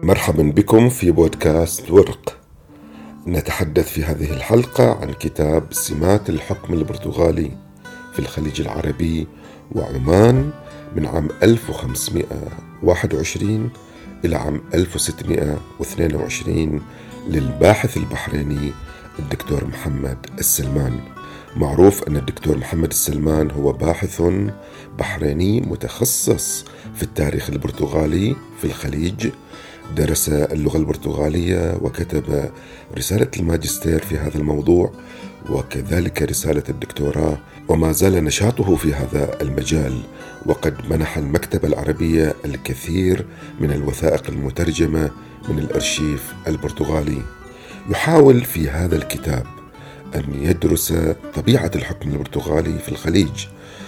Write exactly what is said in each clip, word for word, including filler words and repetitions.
مرحبا بكم في بودكاست ورق. نتحدث في هذه الحلقة عن كتاب سمات الحكم البرتغالي في الخليج العربي وعمان من عام ألف وخمسمائة وواحد وعشرين إلى عام ألف وستمائة واثنين وعشرين للباحث البحريني الدكتور محمد السلمان. معروف أن الدكتور محمد السلمان هو باحث بحريني متخصص في التاريخ البرتغالي في الخليج، درس اللغة البرتغالية وكتب رسالة الماجستير في هذا الموضوع وكذلك رسالة الدكتوراه، وما زال نشاطه في هذا المجال، وقد منح المكتبة العربية الكثير من الوثائق المترجمة من الأرشيف البرتغالي. يحاول في هذا الكتاب أن يدرس طبيعة الحكم البرتغالي في الخليج،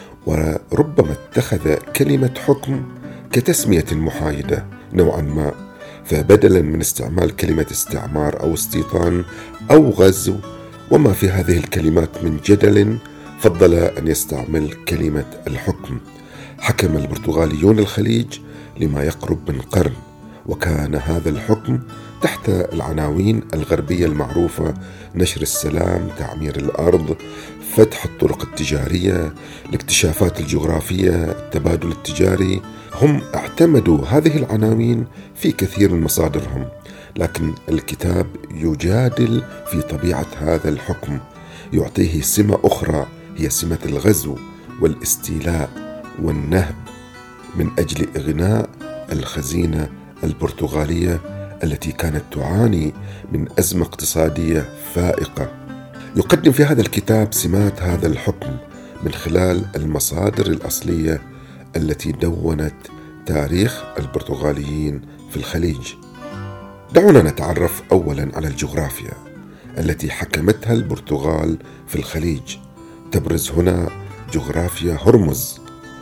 وربما اتخذ كلمة حكم كتسمية محايدة نوعا ما، فبدلا من استعمال كلمة استعمار أو استيطان أو غزو وما في هذه الكلمات من جدل، فضل أن يستعمل كلمة الحكم. حكم البرتغاليون الخليج لما يقرب من قرن، وكان هذا الحكم تحت العناوين الغربية المعروفة: نشر السلام، تعمير الأرض، فتح الطرق التجارية، الاكتشافات الجغرافية، التبادل التجاري. هم اعتمدوا هذه العناوين في كثير من مصادرهم، لكن الكتاب يجادل في طبيعة هذا الحكم، يعطيه سمة أخرى هي سمة الغزو والاستيلاء والنهب من أجل إغناء الخزينة البرتغالية التي كانت تعاني من أزمة اقتصادية فائقة. يقدم في هذا الكتاب سمات هذا الحكم من خلال المصادر الأصلية التي دونت تاريخ البرتغاليين في الخليج. دعونا نتعرف أولا على الجغرافيا التي حكمتها البرتغال في الخليج. تبرز هنا جغرافيا هرمز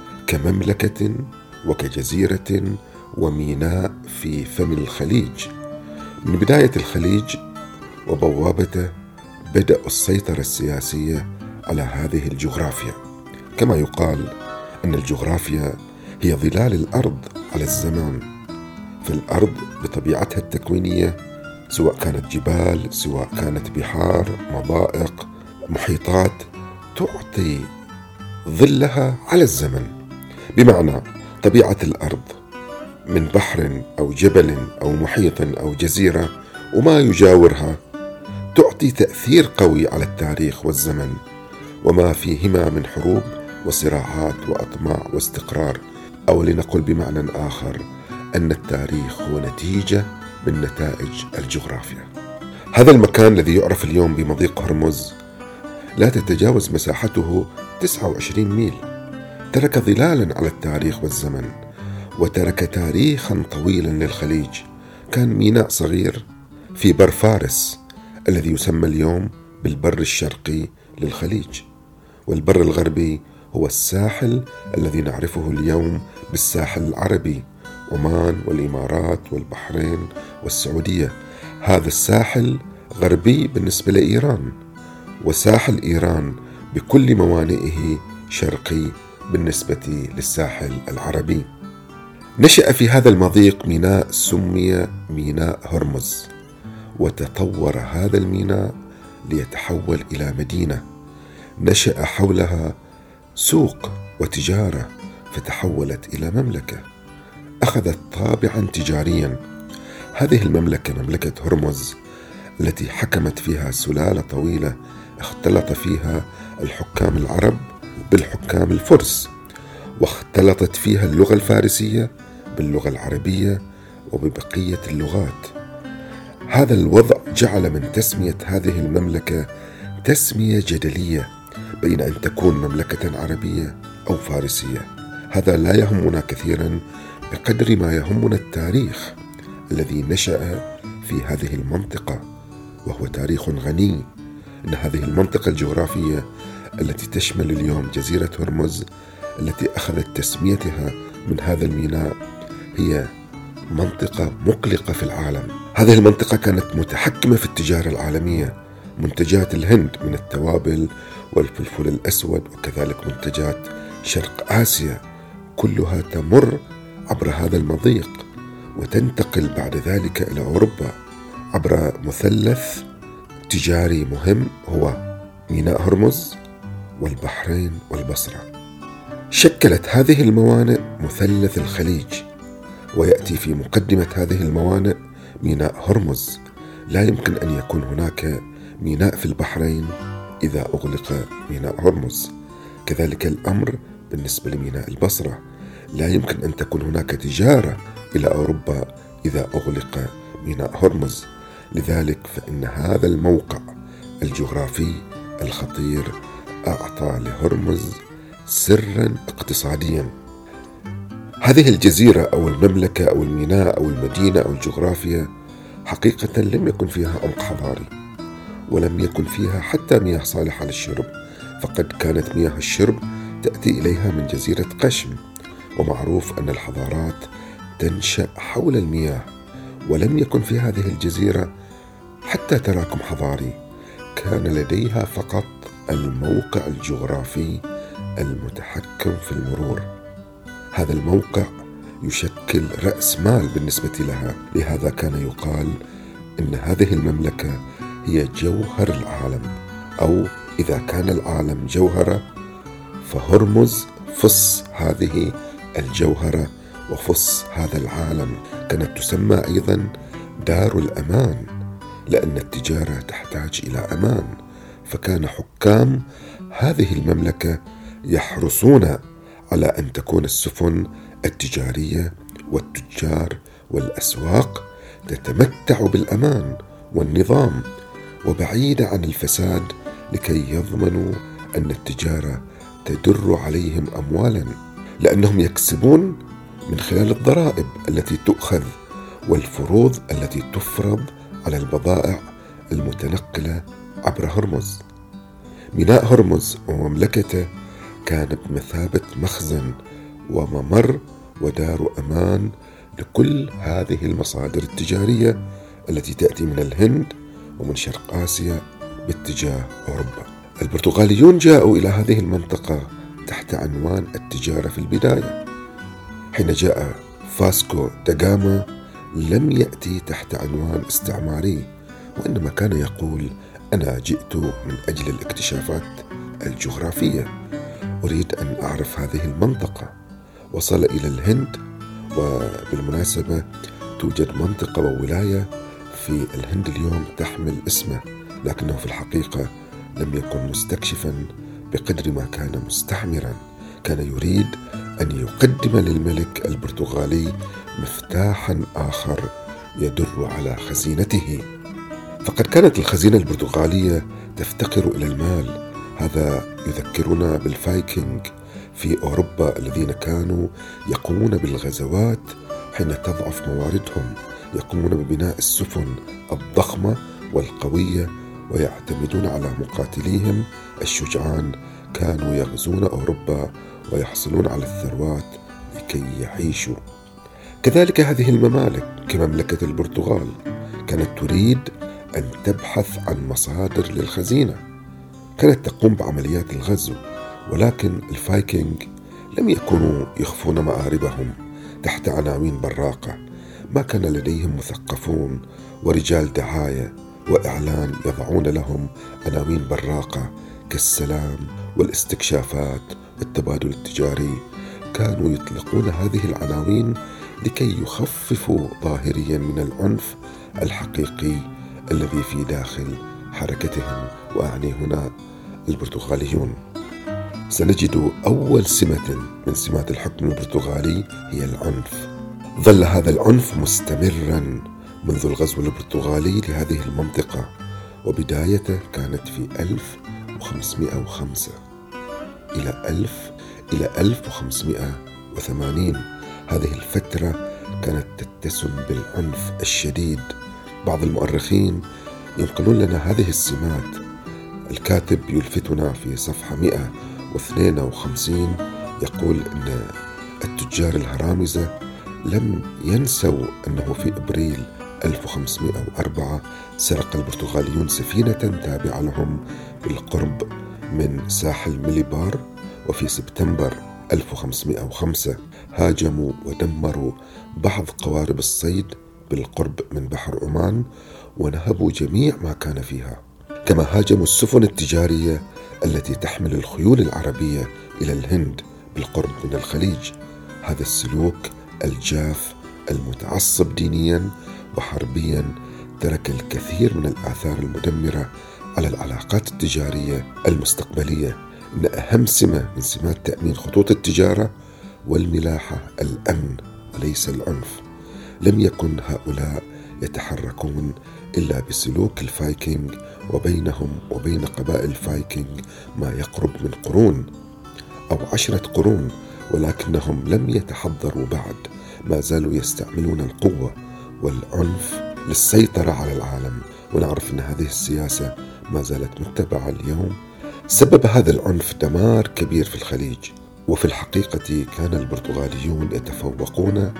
كمملكة وكجزيرة وميناء في فم الخليج. من بداية الخليج وبوابته بدأ السيطرة السياسية على هذه الجغرافيا. كما يقال أن الجغرافيا هي ظلال الأرض على الزمان، فالأرض بطبيعتها التكوينية سواء كانت جبال، سواء كانت بحار، مضائق، محيطات، تعطي ظلها على الزمن. بمعنى طبيعة الأرض من بحر أو جبل أو محيط أو جزيرة وما يجاورها تعطي تأثير قوي على التاريخ والزمن وما فيهما من حروب وصراعات وأطماع واستقرار، أو لنقل بمعنى آخر أن التاريخ هو نتيجة من نتائج الجغرافيا. هذا المكان الذي يعرف اليوم بمضيق هرمز لا تتجاوز مساحته تسعة وعشرين ميل، ترك ظلالا على التاريخ والزمن، وترك تاريخا طويلا للخليج. كان ميناء صغير في بر فارس الذي يسمى اليوم بالبر الشرقي للخليج، والبر الغربي هو الساحل الذي نعرفه اليوم بالساحل العربي، عمان والإمارات والبحرين والسعودية. هذا الساحل غربي بالنسبة لإيران، وساحل إيران بكل موانئه شرقي بالنسبة للساحل العربي. نشأ في هذا المضيق ميناء سمي ميناء هرمز، وتطور هذا الميناء ليتحول إلى مدينة. نشأ حولها سوق وتجارة فتحولت إلى مملكة، أخذت طابعا تجاريا. هذه المملكة مملكة هرمز التي حكمت فيها سلالة طويلة اختلط فيها الحكام العرب بالحكام الفرس، واختلطت فيها اللغة الفارسية باللغة العربية وببقية اللغات. هذا الوضع جعل من تسمية هذه المملكة تسمية جدلية بين أن تكون مملكة عربية أو فارسية. هذا لا يهمنا كثيرا بقدر ما يهمنا التاريخ الذي نشأ في هذه المنطقة، وهو تاريخ غني. إن هذه المنطقة الجغرافية التي تشمل اليوم جزيرة هرمز التي أخذت تسميتها من هذا الميناء هي منطقة مقلقة في العالم. هذه المنطقة كانت متحكمة في التجارة العالمية. منتجات الهند من التوابل والفلفل الأسود وكذلك منتجات شرق آسيا كلها تمر عبر هذا المضيق، وتنتقل بعد ذلك إلى أوروبا عبر مثلث تجاري مهم هو ميناء هرمز والبحرين والبصرة. شكلت هذه الموانئ مثلث الخليج، ويأتي في مقدمة هذه الموانئ ميناء هرمز. لا يمكن أن يكون هناك ميناء في البحرين إذا أغلق ميناء هرمز. كذلك الأمر بالنسبة لميناء البصرة، لا يمكن أن تكون هناك تجارة إلى أوروبا إذا أغلق ميناء هرمز. لذلك فإن هذا الموقع الجغرافي الخطير أعطى لهرمز سرا اقتصاديا. هذه الجزيرة أو المملكة أو الميناء أو المدينة أو الجغرافيا حقيقة لم يكن فيها عمق حضاري، ولم يكن فيها حتى مياه صالحة للشرب، فقد كانت مياه الشرب تأتي إليها من جزيرة قشم، ومعروف أن الحضارات تنشأ حول المياه، ولم يكن في هذه الجزيرة حتى تراكم حضاري. كان لديها فقط الموقع الجغرافي المتحكم في المرور. هذا الموقع يشكل رأس مال بالنسبة لها، لهذا كان يقال إن هذه المملكة هي جوهر العالم، أو إذا كان العالم جوهرة فهرمز فص هذه الجوهرة وفص هذا العالم. كانت تسمى أيضا دار الأمان، لأن التجارة تحتاج إلى أمان، فكان حكام هذه المملكة يحرصون على أن تكون السفن التجارية والتجار والأسواق تتمتع بالأمان والنظام وبعيدة عن الفساد، لكي يضمنوا أن التجارة تدر عليهم أموالا، لأنهم يكسبون من خلال الضرائب التي تؤخذ والفروض التي تفرض على البضائع المتنقلة عبر هرمز. ميناء هرمز ومملكته كانت مثابة مخزن وممر ودار أمان لكل هذه المصادر التجارية التي تأتي من الهند ومن شرق آسيا باتجاه أوروبا. البرتغاليون جاءوا إلى هذه المنطقة تحت عنوان التجارة في البداية. حين جاء فاسكو دا غاما لم يأتي تحت عنوان استعماري، وإنما كان يقول: أنا جئت من أجل الاكتشافات الجغرافية، أريد أن أعرف هذه المنطقة. وصل إلى الهند، وبالمناسبة توجد منطقة وولاية في الهند اليوم تحمل اسمه، لكنه في الحقيقة لم يكن مستكشفا بقدر ما كان مستعمرا. كان يريد أن يقدم للملك البرتغالي مفتاحا آخر يدر على خزينته، فقد كانت الخزينة البرتغالية تفتقر إلى المال. هذا يذكرنا بالفايكنج في أوروبا الذين كانوا يقومون بالغزوات حين تضعف مواردهم، يقومون ببناء السفن الضخمة والقوية ويعتمدون على مقاتليهم الشجعان. كانوا يغزون أوروبا ويحصلون على الثروات لكي يعيشوا. كذلك هذه الممالك كمملكة البرتغال كانت تريد أن تبحث عن مصادر للخزينة، كانت تقوم بعمليات الغزو، ولكن الفايكنج لم يكونوا يخفون مآربهم تحت عناوين براقة. ما كان لديهم مثقفون ورجال دعاية وإعلان يضعون لهم عناوين براقة كالسلام والاستكشافات والتبادل التجاري. كانوا يطلقون هذه العناوين لكي يخففوا ظاهريا من العنف الحقيقي الذي في داخل حركتهم، وأعني هنا البرتغاليون. سنجد أول سمة من سمات الحكم البرتغالي هي العنف. ظل هذا العنف مستمرا منذ الغزو البرتغالي لهذه المنطقة، وبدايته كانت في ألف وخمسمائة وخمسة إلى ألف إلى ألف وخمسمائة وثمانين. هذه الفترة كانت تتسم بالعنف الشديد. بعض المؤرخين ينقلون لنا هذه السمات. الكاتب يلفتنا في صفحة مئة واثنين وخمسين يقول أن التجار الهرامزة لم ينسوا أنه في أبريل ألف وخمسمائة وأربعة سرق البرتغاليون سفينة تابعة لهم بالقرب من ساحل ميليبار، وفي سبتمبر ألف وخمسمائة وخمسة هاجموا ودمروا بعض قوارب الصيد بالقرب من بحر عمان ونهبوا جميع ما كان فيها، كما هاجموا السفن التجارية التي تحمل الخيول العربية إلى الهند بالقرب من الخليج. هذا السلوك الجاف المتعصب دينيا وحربيا ترك الكثير من الآثار المدمرة على العلاقات التجارية المستقبلية. إن أهم سمة من سمات تأمين خطوط التجارة والملاحة الأمن وليس العنف. لم يكن هؤلاء يتحركون إلا بسلوك الفايكنج، وبينهم وبين قبائل الفايكنج ما يقرب من قرون أو عشرة قرون، ولكنهم لم يتحضروا بعد، ما زالوا يستعملون القوة والعنف للسيطرة على العالم. ونعرف أن هذه السياسة ما زالت متبعة اليوم. سبب هذا العنف دمار كبير في الخليج، وفي الحقيقة كان البرتغاليون يتفوقون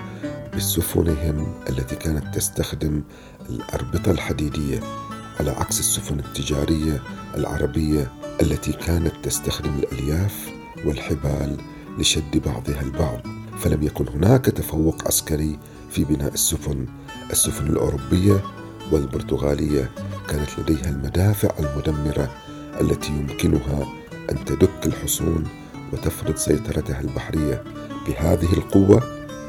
بسفنهم التي كانت تستخدم الأربطة الحديدية، على عكس السفن التجارية العربية التي كانت تستخدم الألياف والحبال لشد بعضها البعض. فلم يكن هناك تفوق عسكري في بناء السفن. السفن الأوروبية والبرتغالية كانت لديها المدافع المدمرة التي يمكنها أن تدك الحصون وتفرض سيطرتها البحرية. بهذه القوة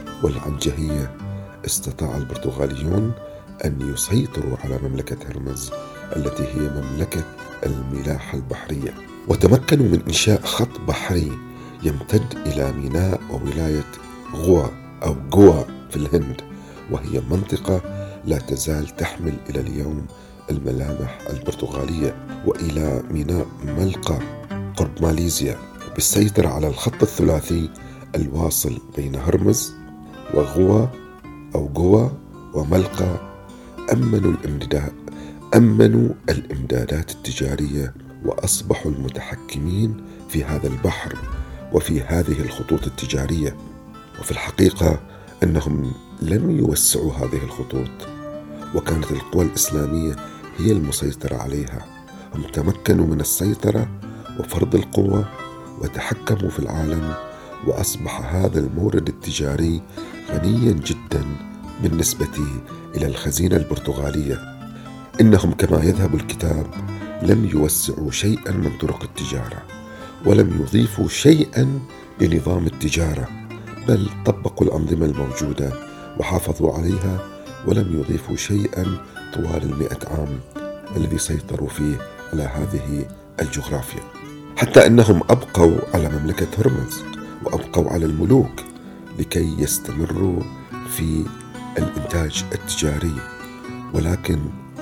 والعنجهية استطاع البرتغاليون أن يسيطروا على مملكة هرمز التي هي مملكة الملاحة البحرية، وتمكنوا من إنشاء خط بحري يمتد إلى ميناء وولاية غوا أو غوا في الهند، وهي منطقة لا تزال تحمل إلى اليوم الملامح البرتغالية، وإلى ميناء ملقا قرب ماليزيا، بالسيطرة على الخط الثلاثي الواصل بين هرمز وغوا أو غوا وملقا. أمنوا الامداد أمنوا الإمدادات التجارية وأصبحوا المتحكمين في هذا البحر وفي هذه الخطوط التجارية. وفي الحقيقة أنهم لم يوسعوا هذه الخطوط، وكانت القوى الإسلامية هي المسيطرة عليها. هم تمكنوا من السيطرة وفرض القوة وتحكموا في العالم، وأصبح هذا المورد التجاري غنيا جدا بالنسبة إلى الخزينة البرتغالية. إنهم كما يذهب الكتاب لم يوسعوا شيئا من طرق التجارة، ولم يضيفوا شيئا لنظام التجارة، بل طبقوا الأنظمة الموجودة وحافظوا عليها، ولم يضيفوا شيئا طوال المئة عام الذي سيطروا فيه على هذه الجغرافيا، حتى أنهم أبقوا على مملكة هرمز وأبقوا على الملوك لكي يستمروا في الإنتاج التجاري، ولكن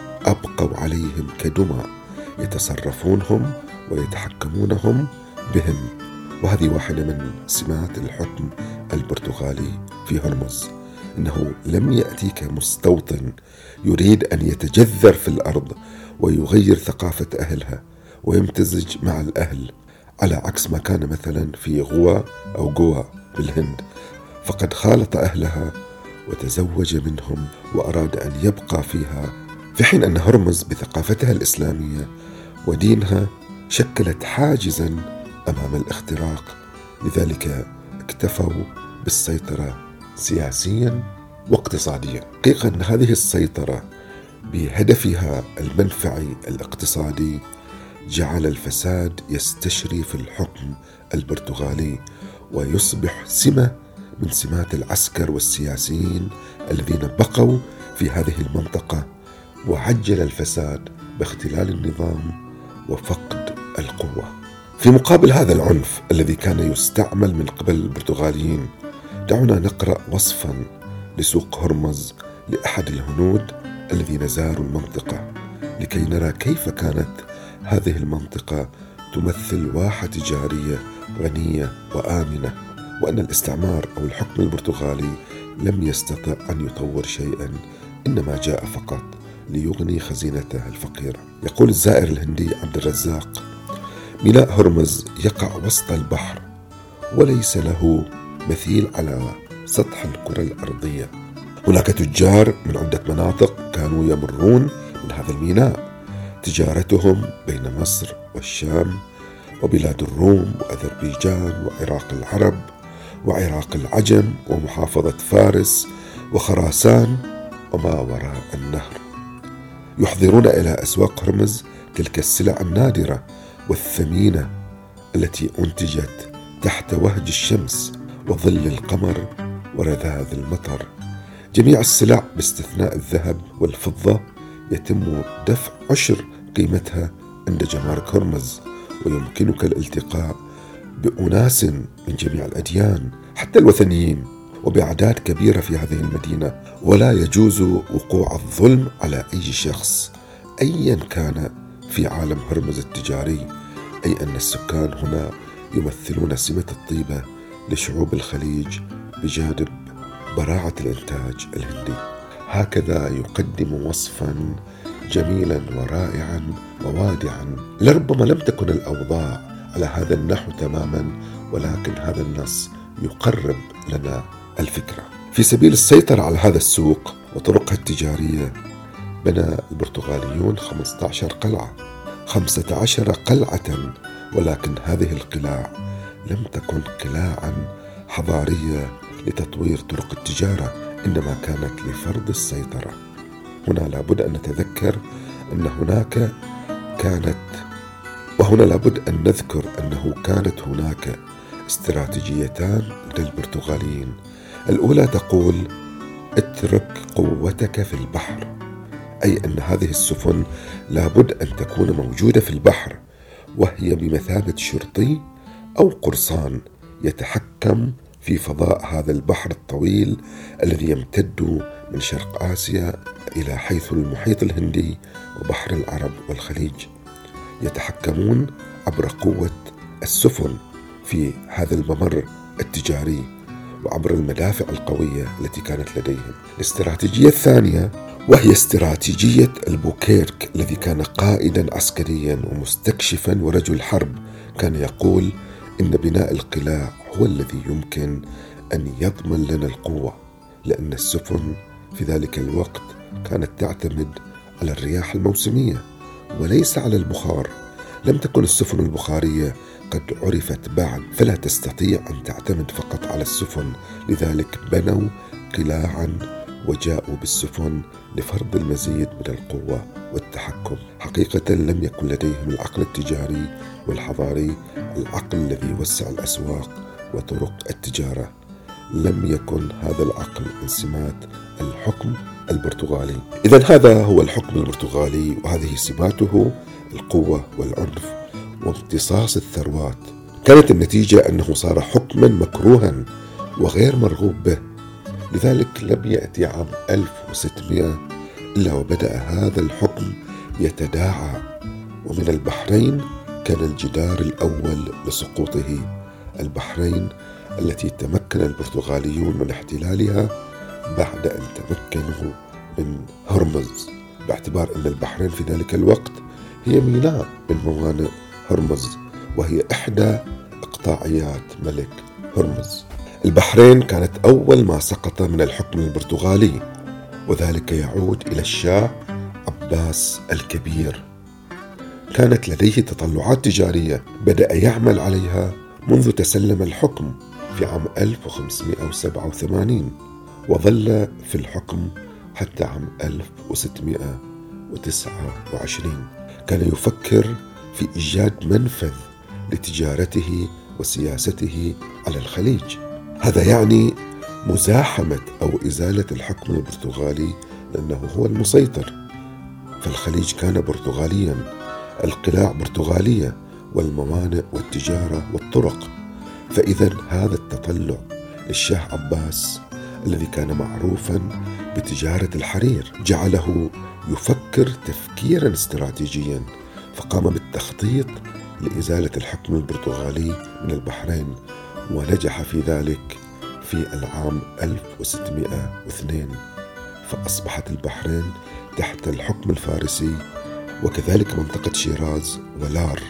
أبقوا عليهم كدماء يتصرفونهم ويتحكمونهم بهم. وهذه واحدة من سمات الحكم البرتغالي في هرمز، إنه لم يأتيك مستوطن يريد أن يتجذر في الأرض ويغير ثقافة أهلها ويمتزج مع الأهل، على عكس ما كان مثلا في غوا أو غوا بالهند، فقد خالط أهلها وتزوج منهم وأراد أن يبقى فيها، في حين أن هرمز بثقافتها الإسلامية ودينها شكلت حاجزا أمام الاختراق. لذلك اكتفوا بالسيطرة سياسيا واقتصاديا. حقيقة أن هذه السيطرة بهدفها المنفعي الاقتصادي جعل الفساد يستشري في الحكم البرتغالي، ويصبح سمة من سمات العسكر والسياسيين الذين بقوا في هذه المنطقة، وعجل الفساد باختلال النظام وفقد القوة. في مقابل هذا العنف الذي كان يستعمل من قبل البرتغاليين، دعونا نقرأ وصفا لسوق هرمز لأحد الهنود الذين زاروا المنطقة، لكي نرى كيف كانت هذه المنطقة تمثل واحة تجارية غنية وآمنة، وأن الاستعمار أو الحكم البرتغالي لم يستطع أن يطور شيئا، إنما جاء فقط ليغني خزينته الفقيرة. يقول الزائر الهندي عبد الرزاق: ميناء هرمز يقع وسط البحر وليس له مثيل على سطح الكرة الأرضية. هناك تجار من عدة مناطق كانوا يمرون من هذا الميناء، تجارتهم بين مصر والشام وبلاد الروم وأذربيجان وعراق العرب وعراق العجم ومحافظة فارس وخراسان وما وراء النهر. يحضرون إلى أسواق هرمز تلك السلع النادرة والثمينة التي أنتجت تحت وهج الشمس وظل القمر ورذاذ المطر. جميع السلع باستثناء الذهب والفضة يتم دفع عشر قيمتها عند جمارك هرمز، ويمكنك الالتقاء بأناس من جميع الأديان حتى الوثنيين وبأعداد كبيرة في هذه المدينة، ولا يجوز وقوع الظلم على أي شخص أيا كان في عالم هرمز التجاري، أي أن السكان هنا يمثلون سمة الطيبة لشعوب الخليج بجانب براعة الإنتاج الهندي. هكذا يقدم وصفا جميلا ورائعا ووادعا. لربما لم تكن الأوضاع على هذا النحو تماما، ولكن هذا النص يقرب لنا الفكرة. في سبيل السيطرة على هذا السوق وطرقها التجارية بنى البرتغاليون خمسة عشر قلعة خمسة عشر قلعة، ولكن هذه القلاع لم تكن قلاعا حضارية لتطوير طرق التجارة، إنما كانت لفرض السيطرة. هنا لابد أن نتذكر أن هناك كانت وهنا لابد أن نذكر أنه كانت هناك استراتيجيتان للبرتغاليين. الأولى تقول اترك قوتك في البحر، أي أن هذه السفن لابد أن تكون موجودة في البحر، وهي بمثابة شرطي أو قرصان يتحكم في فضاء هذا البحر الطويل الذي يمتد من شرق آسيا إلى حيث المحيط الهندي وبحر العرب والخليج. يتحكمون عبر قوة السفن في هذا الممر التجاري وعبر المدافع القوية التي كانت لديهم. الاستراتيجية الثانية وهي استراتيجية البوكيرك الذي كان قائدا عسكريا ومستكشفا ورجل حرب، كان يقول إن بناء القلاع هو الذي يمكن أن يضمن لنا القوة، لأن السفن في ذلك الوقت كانت تعتمد على الرياح الموسمية وليس على البخار. لم تكن السفن البخارية قد عرفت بعد، فلا تستطيع أن تعتمد فقط على السفن، لذلك بنوا قلاعا وجاءوا بالسفن لفرض المزيد من القوة والتحكم. حقيقة لم يكن لديهم العقل التجاري والحضاري، العقل الذي يوسع الأسواق وطرق التجارة. لم يكن هذا العقل من سمات الحكم البرتغالي. إذن هذا هو الحكم البرتغالي، وهذه سماته: القوة والعنف وامتصاص الثروات. كانت النتيجة أنه صار حكما مكروها وغير مرغوب به. لذلك لم يأتي عام ألف وستمائة إلا وبدأ هذا الحكم يتداعى، ومن البحرين كان الجدار الأول لسقوطه. البحرين التي تمكن البرتغاليون من احتلالها بعد أن تمكنوا من هرمز، باعتبار أن البحرين في ذلك الوقت هي ميناء من موانئ هرمز، وهي إحدى إقطاعيات ملك هرمز. البحرين كانت أول ما سقط من الحكم البرتغالي، وذلك يعود إلى الشاه عباس الكبير. كانت لديه تطلعات تجارية بدأ يعمل عليها منذ تسلم الحكم في عام ألف وخمسمائة وسبعة وثمانين، وظل في الحكم حتى عام ألف وستمائة وتسعة وعشرين. كان يفكر في إيجاد منفذ لتجارته وسياسته على الخليج. هذا يعني مزاحمة أو إزالة الحكم البرتغالي، لأنه هو المسيطر. فالخليج كان برتغاليا، القلاع برتغالية، والموانئ والتجارة والطرق. فإذا هذا التطلع للشاه عباس الذي كان معروفا بتجارة الحرير جعله يفكر تفكيرا استراتيجيا، فقام بالتخطيط لإزالة الحكم البرتغالي من البحرين، ونجح في ذلك في العام ألف وستمائة واثنين، فأصبحت البحرين تحت الحكم الفارسي، وكذلك منطقة شيراز ولار.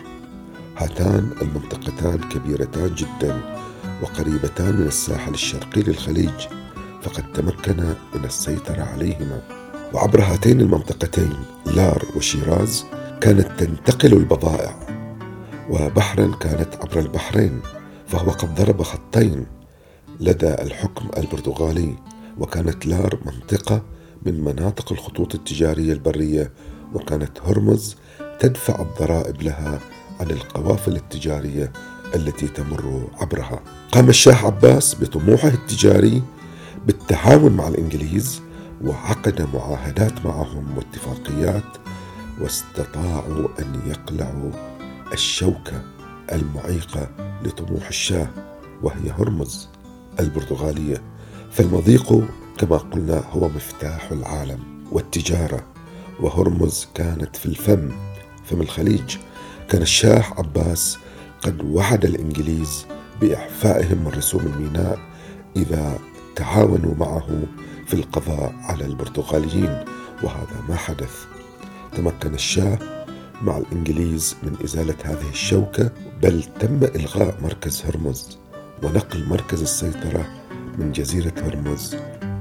هاتان المنطقتان كبيرتان جدا وقريبتان من الساحل الشرقي للخليج، فقد تمكن من السيطرة عليهما. وعبر هاتين المنطقتين لار وشيراز كانت تنتقل البضائع، وبحرا كانت عبر البحرين، فهو قد ضرب خطين: لدى الحكم البرتغالي، وكانت لار منطقة من مناطق الخطوط التجارية البرية، وكانت هرمز تدفع الضرائب لها عن القوافل التجارية التي تمر عبرها. قام الشاه عباس بطموحه التجاري بالتعاون مع الإنجليز، وعقد معاهدات معهم واتفاقيات، واستطاعوا أن يقلعوا الشوكة المعيقة لطموح الشاه، وهي هرمز البرتغالية. فالمضيق كما قلنا هو مفتاح العالم والتجارة، وهرمز كانت في الفم فم الخليج. كان الشاه عباس قد وعد الإنجليز بإعفائهم من رسوم الميناء إذا تعاونوا معه في القضاء على البرتغاليين، وهذا ما حدث. تمكن الشاه مع الإنجليز من إزالة هذه الشوكة، بل تم إلغاء مركز هرمز ونقل مركز السيطرة من جزيرة هرمز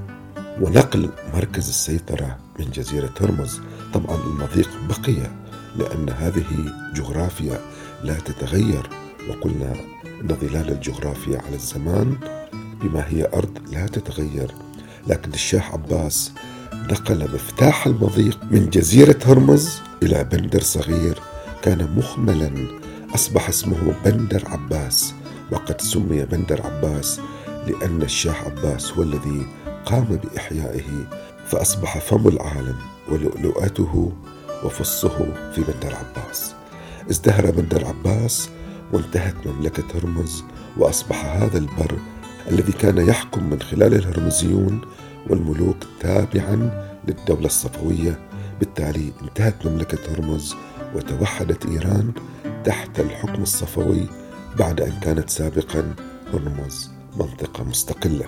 ونقل مركز السيطرة من جزيرة هرمز. طبعا المضيق بقي لأن هذه جغرافيا لا تتغير، وقلنا أن ظلال الجغرافيا على الزمان بما هي أرض لا تتغير. لكن الشاه عباس نقل مفتاح المضيق من جزيرة هرمز إلى بندر صغير كان مخملا، أصبح اسمه بندر عباس، وقد سمي بندر عباس لأن الشاه عباس هو الذي قام بإحيائه، فأصبح فم العالم ولؤلؤته وفصه في بندر عباس. ازدهر بندر عباس وانتهت مملكة هرمز، وأصبح هذا البر الذي كان يحكم من خلال الهرمزيون والملوك تابعا للدولة الصفوية. بالتالي انتهت مملكة هرمز وتوحدت إيران تحت الحكم الصفوي، بعد أن كانت سابقا هرمز منطقة مستقلة.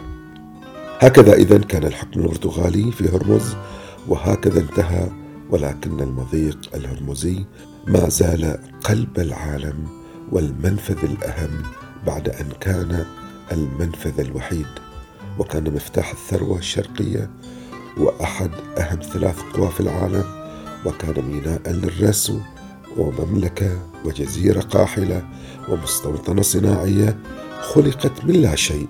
هكذا إذن كان الحكم البرتغالي في هرمز، وهكذا انتهى. ولكن المضيق الهرمزي ما زال قلب العالم والمنفذ الأهم، بعد أن كان المنفذ الوحيد، وكان مفتاح الثروة الشرقية وأحد أهم ثلاث قوى في العالم، وكان ميناء للرسو ومملكة وجزيرة قاحلة ومستوطنة صناعية خلقت من لا شيء.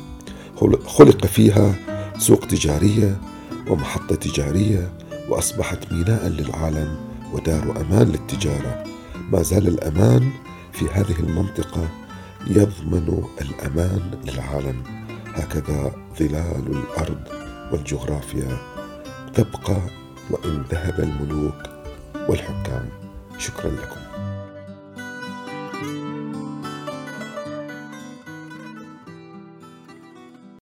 خلق فيها سوق تجارية ومحطة تجارية، وأصبحت ميناء للعالم ودار أمان للتجارة. ما زال الأمان في هذه المنطقة يضمن الأمان للعالم. هكذا ظلال الأرض والجغرافيا تبقى وإن ذهب الملوك والحكام. شكرا لكم.